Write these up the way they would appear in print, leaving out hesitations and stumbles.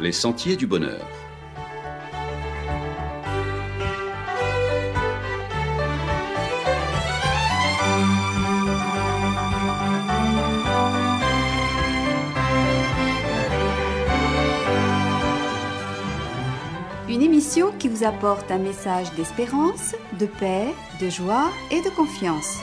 Les sentiers du bonheur. Une émission qui vous apporte un message d'espérance, de paix, de joie et de confiance.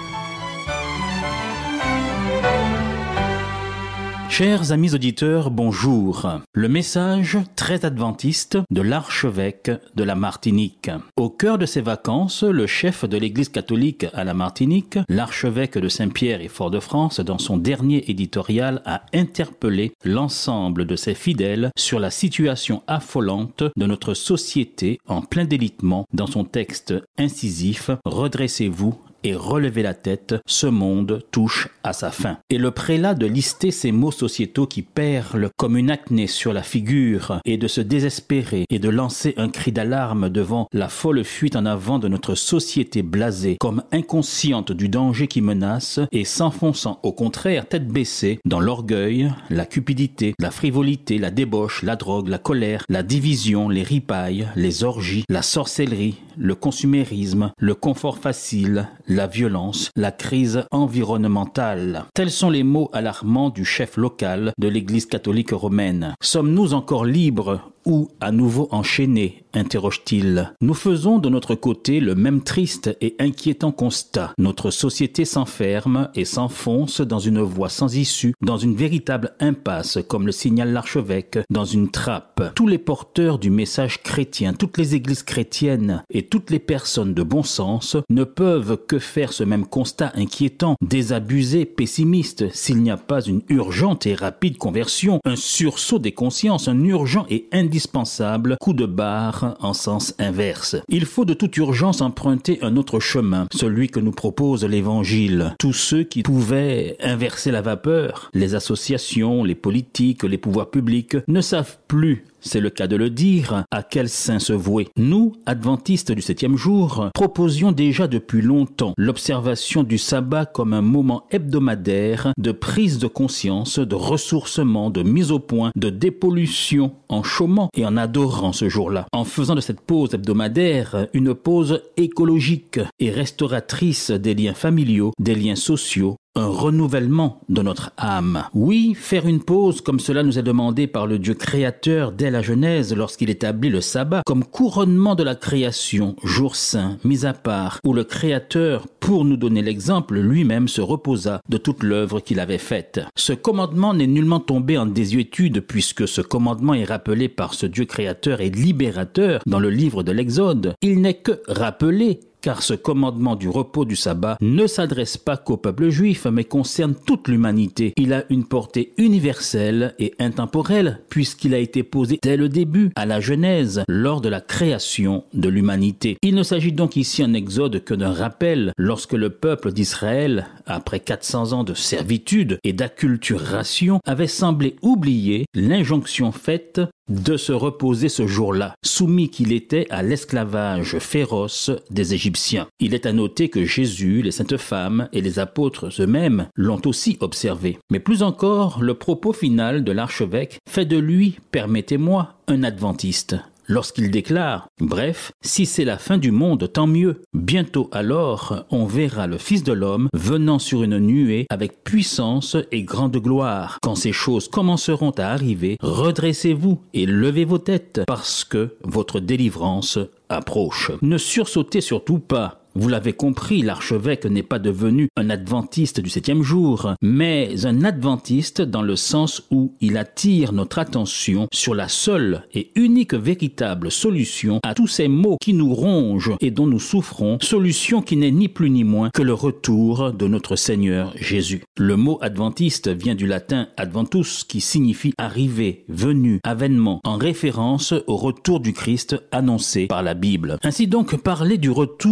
Chers amis auditeurs, bonjour. Le message très adventiste de l'archevêque de la Martinique. Au cœur de ses vacances, le chef de l'Église catholique à la Martinique, l'archevêque de Saint-Pierre et Fort-de-France, dans son dernier éditorial, a interpellé l'ensemble de ses fidèles sur la situation affolante de notre société en plein délitement dans son texte incisif « Redressez-vous ». Et relevez la tête, ce monde touche à sa fin. Et le prélat de lister ces mots sociétaux qui perlent comme une acné sur la figure et de se désespérer et de lancer un cri d'alarme devant la folle fuite en avant de notre société blasée, comme inconsciente du danger qui menace et s'enfonçant au contraire tête baissée dans l'orgueil, la cupidité, la frivolité, la débauche, la drogue, la colère, la division, les ripailles, les orgies, la sorcellerie, le consumérisme, le confort facile, la violence, la crise environnementale. Tels sont les mots alarmants du chef local de l'Église catholique romaine. Sommes-nous encore libres ou à nouveau enchaînés, interroge-t-il. Nous faisons de notre côté le même triste et inquiétant constat. Notre société s'enferme et s'enfonce dans une voie sans issue, dans une véritable impasse, comme le signale l'archevêque, dans une trappe. Tous les porteurs du message chrétien, toutes les églises chrétiennes et toutes les personnes de bon sens ne peuvent que faire ce même constat inquiétant, désabusé, pessimiste, s'il n'y a pas une urgente et rapide conversion, un sursaut des consciences, un urgent et indispensable coup de barre en sens inverse. Il faut de toute urgence emprunter un autre chemin, celui que nous propose l'Évangile. Tous ceux qui pouvaient inverser la vapeur, les associations, les politiques, les pouvoirs publics, ne savent plus, c'est le cas de le dire, à quel saint se vouer. Nous, adventistes du 7e jour, proposions déjà depuis longtemps l'observation du sabbat comme un moment hebdomadaire de prise de conscience, de ressourcement, de mise au point, de dépollution, en chômant et en adorant ce jour-là. En faisant de cette pause hebdomadaire une pause écologique et restauratrice des liens familiaux, des liens sociaux, un renouvellement de notre âme. Oui, faire une pause comme cela nous est demandé par le Dieu créateur dès la Genèse lorsqu'il établit le sabbat comme couronnement de la création, jour saint, mis à part, où le Créateur, pour nous donner l'exemple, lui-même se reposa de toute l'œuvre qu'il avait faite. Ce commandement n'est nullement tombé en désuétude puisque ce commandement est rappelé par ce Dieu créateur et libérateur dans le livre de l'Exode. Il n'est que rappelé, car ce commandement du repos du sabbat ne s'adresse pas qu'au peuple juif, mais concerne toute l'humanité. Il a une portée universelle et intemporelle, puisqu'il a été posé dès le début, à la Genèse, lors de la création de l'humanité. Il ne s'agit donc ici en Exode que d'un rappel, lorsque le peuple d'Israël, après 400 ans de servitude et d'acculturation, avait semblé oublier l'injonction faite de se reposer ce jour-là, soumis qu'il était à l'esclavage féroce des Égyptiens. Il est à noter que Jésus, les saintes femmes et les apôtres eux-mêmes l'ont aussi observé. Mais plus encore, le propos final de l'archevêque fait de lui, permettez-moi, un adventiste. Lorsqu'il déclare « Bref, si c'est la fin du monde, tant mieux. Bientôt alors, on verra le Fils de l'homme venant sur une nuée avec puissance et grande gloire. Quand ces choses commenceront à arriver, redressez-vous et levez vos têtes, parce que votre délivrance approche. Ne sursautez surtout pas. Vous l'avez compris, l'archevêque n'est pas devenu un adventiste du 7e jour, mais un adventiste dans le sens où il attire notre attention sur la seule et unique véritable solution à tous ces maux qui nous rongent et dont nous souffrons, solution qui n'est ni plus ni moins que le retour de notre Seigneur Jésus. Le mot adventiste vient du latin adventus, qui signifie arriver, venu, avènement, en référence au retour du Christ annoncé par la Bible. Ainsi donc, parler du retour prochain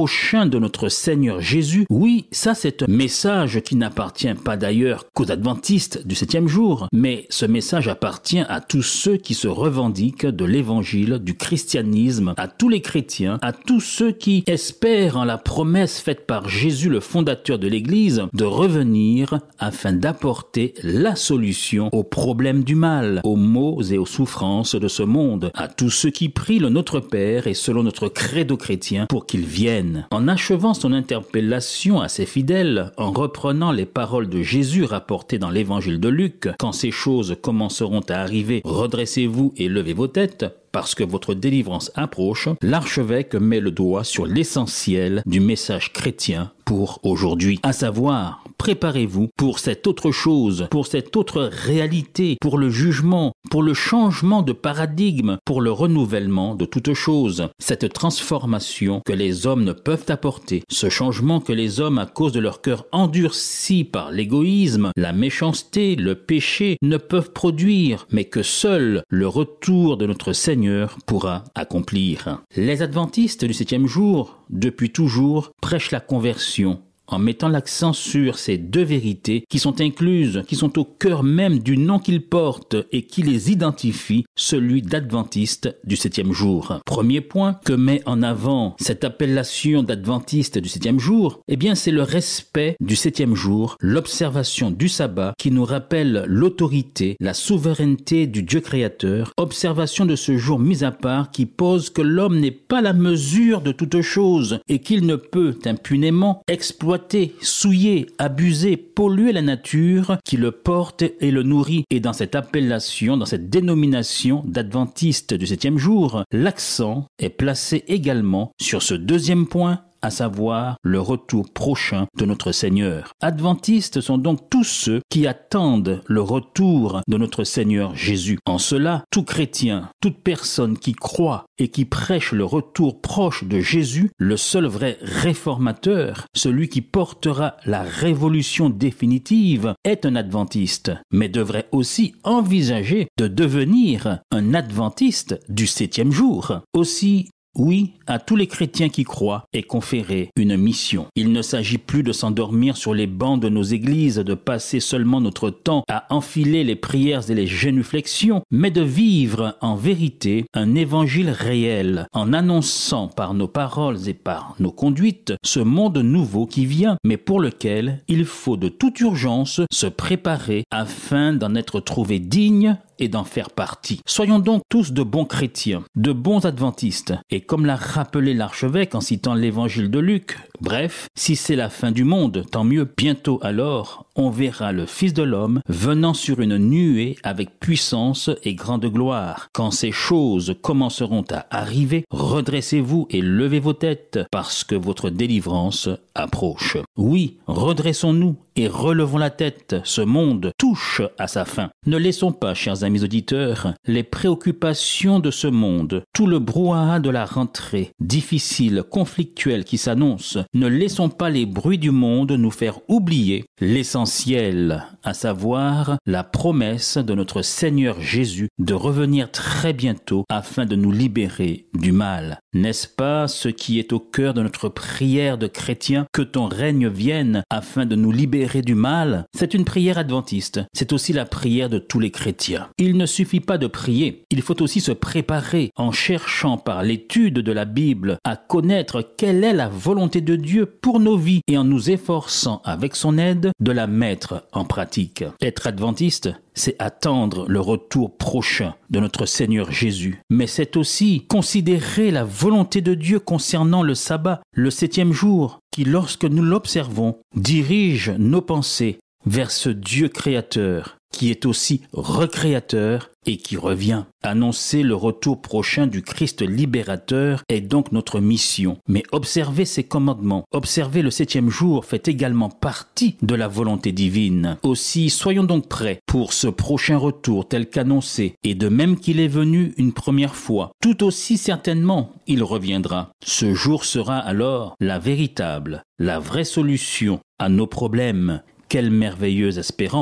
prochain de notre Seigneur Jésus, oui, ça c'est un message qui n'appartient pas d'ailleurs qu'aux adventistes du 7e jour, mais ce message appartient à tous ceux qui se revendiquent de l'évangile, du christianisme, à tous les chrétiens, à tous ceux qui espèrent en la promesse faite par Jésus, le fondateur de l'Église, de revenir afin d'apporter la solution aux problèmes du mal, aux maux et aux souffrances de ce monde, à tous ceux qui prient le Notre Père et selon notre credo chrétien pour qu'il vienne. En achevant son interpellation à ses fidèles, en reprenant les paroles de Jésus rapportées dans l'évangile de Luc, quand ces choses commenceront à arriver, redressez-vous et levez vos têtes, parce que votre délivrance approche, l'archevêque met le doigt sur l'essentiel du message chrétien pour aujourd'hui, à savoir, préparez-vous pour cette autre chose, pour cette autre réalité, pour le jugement, pour le changement de paradigme, pour le renouvellement de toute chose, cette transformation que les hommes ne peuvent apporter, ce changement que les hommes, à cause de leur cœur endurci par l'égoïsme, la méchanceté, le péché, ne peuvent produire, mais que seul le retour de notre Seigneur pourra accomplir. Les adventistes du 7e jour, depuis toujours, prêchent la conversion, en mettant l'accent sur ces deux vérités qui sont incluses, qui sont au cœur même du nom qu'ils portent et qui les identifient, celui d'adventiste du 7e jour. Premier point que met en avant cette appellation d'adventiste du 7e jour, eh bien c'est le respect du 7e jour, l'observation du sabbat qui nous rappelle l'autorité, la souveraineté du Dieu créateur, observation de ce jour mis à part qui pose que l'homme n'est pas la mesure de toute chose et qu'il ne peut impunément exploiter, souiller, abuser, polluer la nature qui le porte et le nourrit. Et dans cette appellation, dans cette dénomination d'adventiste du 7e jour, l'accent est placé également sur ce deuxième point, à savoir le retour prochain de notre Seigneur. Adventistes sont donc tous ceux qui attendent le retour de notre Seigneur Jésus. En cela, tout chrétien, toute personne qui croit et qui prêche le retour proche de Jésus, le seul vrai réformateur, celui qui portera la révolution définitive, est un adventiste, mais devrait aussi envisager de devenir un adventiste du 7e jour. Aussi, oui, à tous les chrétiens qui croient est conférée une mission. Il ne s'agit plus de s'endormir sur les bancs de nos églises, de passer seulement notre temps à enfiler les prières et les génuflexions, mais de vivre en vérité un évangile réel, en annonçant par nos paroles et par nos conduites ce monde nouveau qui vient, mais pour lequel il faut de toute urgence se préparer afin d'en être trouvé digne et d'en faire partie. Soyons donc tous de bons chrétiens, de bons adventistes, et comme l'a rappelé l'archevêque en citant l'évangile de Luc, bref, si c'est la fin du monde, tant mieux, bientôt alors, on verra le Fils de l'homme venant sur une nuée avec puissance et grande gloire. Quand ces choses commenceront à arriver, redressez-vous et levez vos têtes, parce que votre délivrance approche. Oui, redressons-nous et relevons la tête, ce monde touche à sa fin. Ne laissons pas, chers amis auditeurs, les préoccupations de ce monde, tout le brouhaha de la rentrée, difficile, conflictuelle qui s'annonce, ne laissons pas les bruits du monde nous faire oublier l'essentiel, à savoir la promesse de notre Seigneur Jésus de revenir très bientôt afin de nous libérer du mal. N'est-ce pas ce qui est au cœur de notre prière de chrétien, que ton règne vienne afin de nous libérer du mal? C'est une prière adventiste, c'est aussi la prière de tous les chrétiens. Il ne suffit pas de prier, il faut aussi se préparer en cherchant par l'étude de la Bible à connaître quelle est la volonté de Dieu pour nos vies et en nous efforçant avec son aide de la mettre en pratique. Être adventiste, c'est attendre le retour prochain de notre Seigneur Jésus. Mais c'est aussi considérer la volonté de Dieu concernant le sabbat, le 7e jour, qui, lorsque nous l'observons, dirige nos pensées vers ce Dieu créateur, qui est aussi recréateur et qui revient. Annoncer le retour prochain du Christ libérateur est donc notre mission. Mais observer ses commandements, observer le 7e jour fait également partie de la volonté divine. Aussi, soyons donc prêts pour ce prochain retour tel qu'annoncé. Et de même qu'il est venu une première fois, tout aussi certainement, il reviendra. Ce jour sera alors la véritable, la vraie solution à nos problèmes. Quelle merveilleuse espérance, n'est-ce pas ?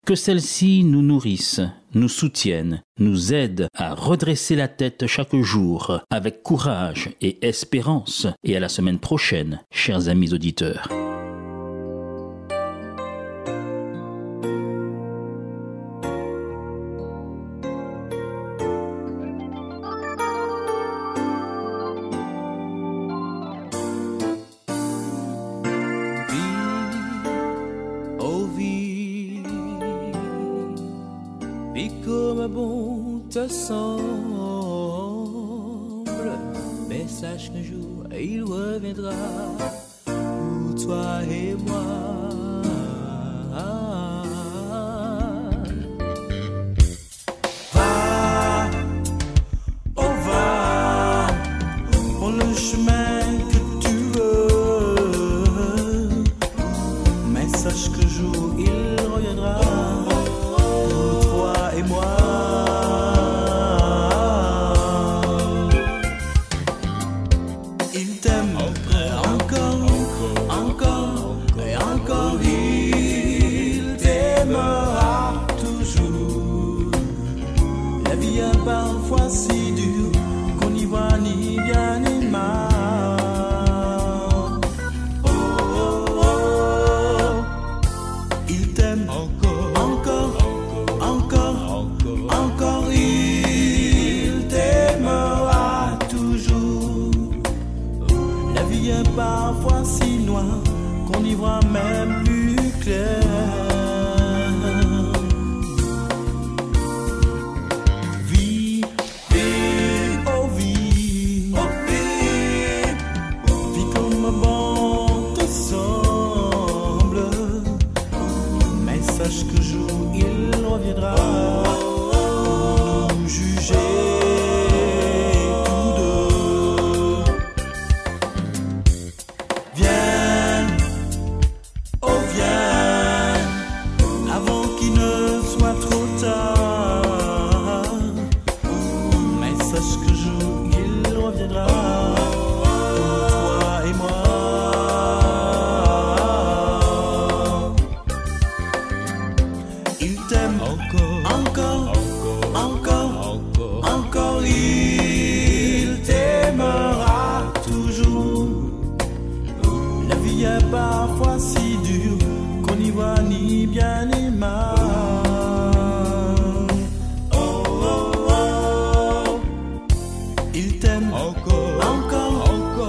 Que celles-ci nous nourrissent, nous soutiennent, nous aident à redresser la tête chaque jour avec courage et espérance. Et à la semaine prochaine, chers amis auditeurs. Et comme bon te semble, mais sache qu'un jour il reviendra pour toi et moi. Va, oh va, pour le chemin que tu veux, mais sache qu'un jour il reviendra. Il t'aime encore, et encore, il t'aimera toujours. La vie est parfois si dure qu'on n'y voit ni bien ni mal. Oh, oh, oh. Il t'aime encore, il t'aimera toujours. La vie est parfois si noire qu'on n'y voit même plus clair. Vis, oh vis, vis comme bon te semble, mais sache que jour il reviendra. Juger tous deux. Viens, oh viens, avant qu'il ne soit trop tard. Mais sache que jour il reviendra pour toi et moi. Il t'aime encore, il t'aimera toujours. La vie est parfois si dure qu'on n'y voit ni bien ni mal. Oh, oh, oh. Il t'aime encore,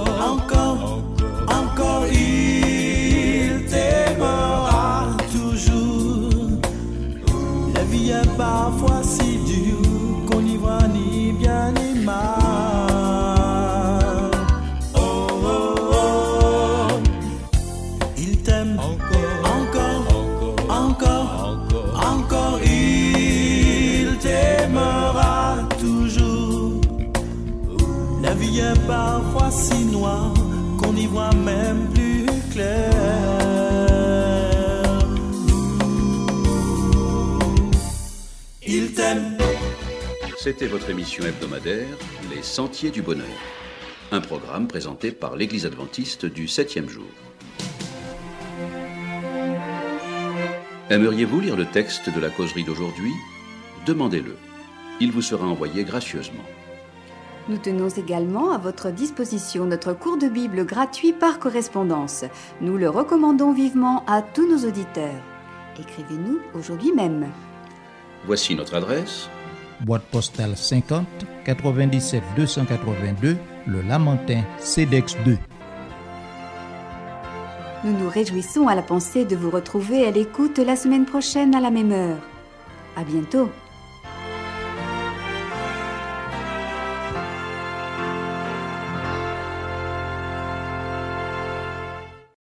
il t'aimera toujours. La vie est parfois si dure qu'on n'y voit ni bien ni mal. Oh, oh, oh. Il t'aime encore, il t'aimera toujours. La vie est parfois si noire qu'on n'y voit même plus clair. Il t'aime. C'était votre émission hebdomadaire, Les Sentiers du Bonheur. Un programme présenté par l'Église adventiste du 7e jour. Aimeriez-vous lire le texte de la causerie d'aujourd'hui ? Demandez-le. Il vous sera envoyé gracieusement. Nous tenons également à votre disposition notre cours de Bible gratuit par correspondance. Nous le recommandons vivement à tous nos auditeurs. Écrivez-nous aujourd'hui même. Voici notre adresse. Boîte postale 50 97 282, Le Lamentin, CEDEX 2. Nous nous réjouissons à la pensée de vous retrouver à l'écoute la semaine prochaine à la même heure. À bientôt.